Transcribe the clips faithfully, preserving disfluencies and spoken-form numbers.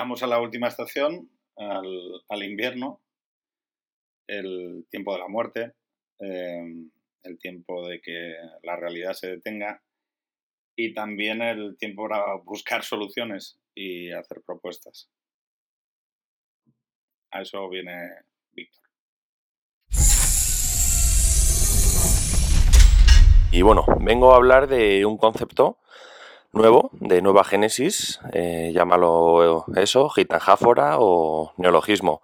llegamos a la última estación, al, al invierno, el tiempo de la muerte, eh, el tiempo de que la realidad se detenga y también el tiempo para buscar soluciones y hacer propuestas. A eso viene Víctor. Y bueno, vengo a hablar de un concepto nuevo, de nueva génesis, eh, llámalo eso, gitanáfora o neologismo.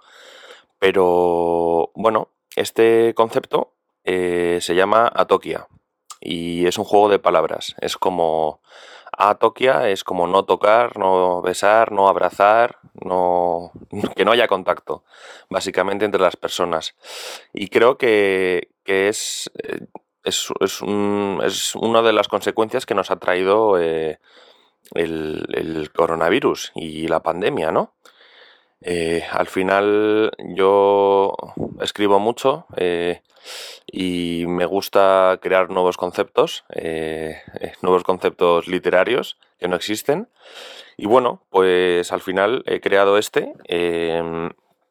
Pero bueno, este concepto eh, se llama atokia y es un juego de palabras. Es como atokia, es como no tocar, no besar, no abrazar, no que no haya contacto, básicamente entre las personas. Y creo que, que es, eh, es, es, un, es una de las consecuencias que nos ha traído eh, el, el coronavirus y la pandemia, ¿no? Eh, al final yo escribo mucho eh, y me gusta crear nuevos conceptos, eh, eh, nuevos conceptos literarios que no existen. Y bueno, pues al final he creado este eh,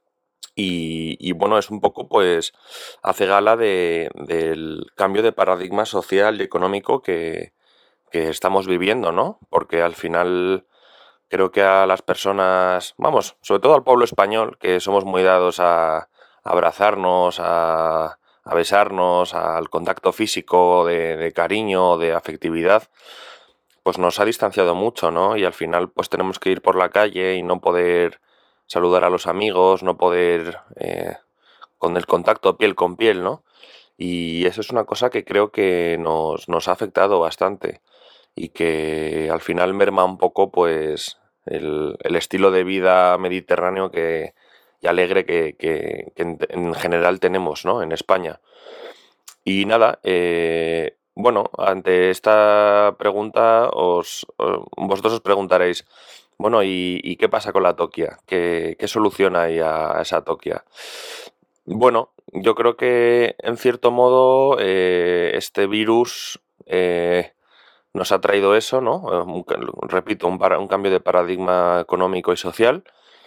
y, y bueno, es un poco pues hace gala de, del cambio de paradigma social y económico que, que estamos viviendo, ¿no? Porque al final creo que a las personas, vamos, sobre todo al pueblo español, que somos muy dados a, a abrazarnos, a, a besarnos, al contacto físico de, de cariño, de afectividad, pues nos ha distanciado mucho, ¿no? Y al final pues tenemos que ir por la calle y no poder saludar a los amigos, no poder eh, con el contacto piel con piel, ¿no? Y eso es una cosa que creo que nos, nos ha afectado bastante y que al final merma un poco pues el, el estilo de vida mediterráneo que, y alegre que, que, que en, en general tenemos, ¿no? En España. Y nada, eh, bueno, ante esta pregunta os, os- vosotros os preguntaréis, bueno, ¿y, y qué pasa con la toquia? ¿Qué, qué solución hay a, a esa toquia? Bueno, yo creo que en cierto modo eh, este virus eh, nos ha traído eso, ¿no? Eh, un ca- repito, un, para- un cambio de paradigma económico y social.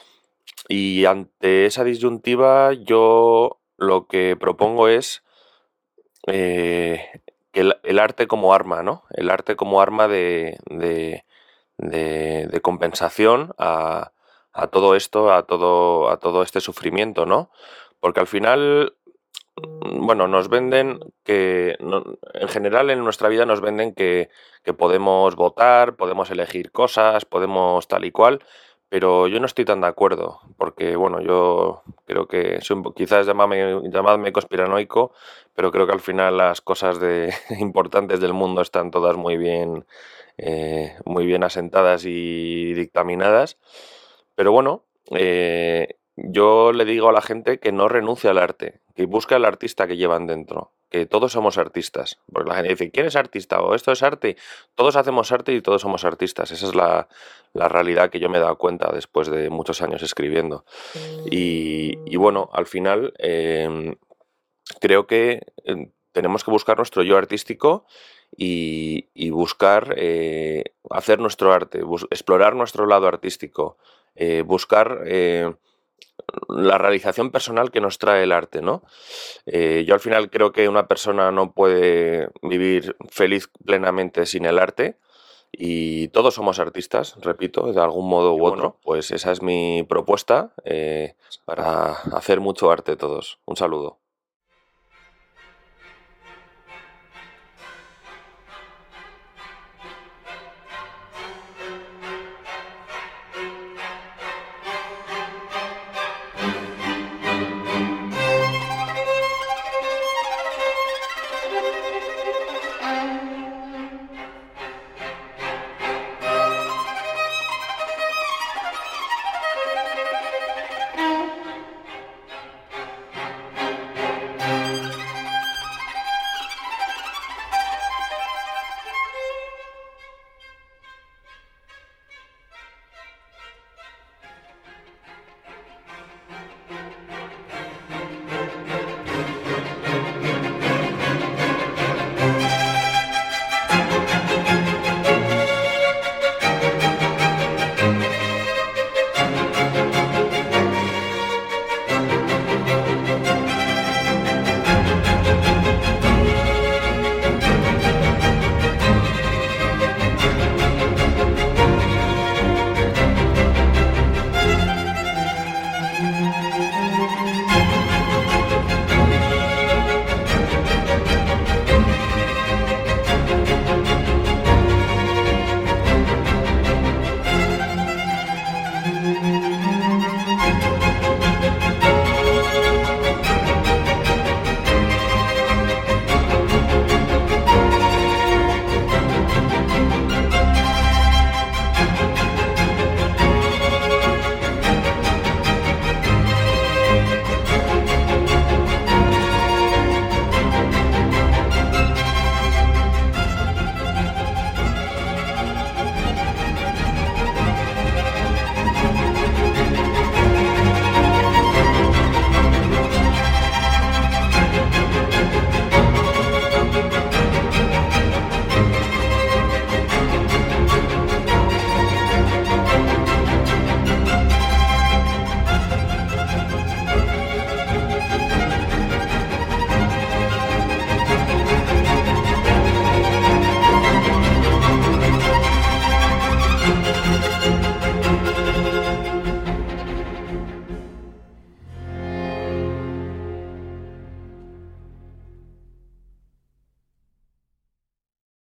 Y ante esa disyuntiva, yo lo que propongo es eh, el, el arte como arma, ¿no? El arte como arma de, de, de- de compensación a, a todo esto, a todo, a todo este sufrimiento, ¿no? Porque al final, mm, bueno, nos venden que, no- en general en nuestra vida nos venden que, que podemos votar, podemos elegir cosas, podemos tal y cual, pero yo no estoy tan de acuerdo, porque bueno, yo creo que soy un po- quizás llamadme, llamadme conspiranoico, pero creo que al final las cosas de, importantes del mundo están todas muy bien, eh, muy bien asentadas y dictaminadas. Pero bueno, eh, yo le digo a la gente que no renuncie al arte, que busque al artista que llevan dentro, que todos somos artistas. Porque la gente dice, ¿quién es artista? O esto es arte. Todos hacemos arte y todos somos artistas. Esa es la, la realidad que yo me he dado cuenta después de muchos años escribiendo. Y, y bueno, al final eh, creo que eh, tenemos que buscar nuestro yo artístico y, y buscar eh, hacer nuestro arte, bus- explorar nuestro lado artístico, eh, buscar eh, la realización personal que nos trae el arte, ¿no? Eh, yo al final creo que una persona no puede vivir feliz plenamente sin el arte y todos somos artistas, repito, de algún modo u otro. Pues esa es mi propuesta eh, para hacer mucho arte todos. Un saludo.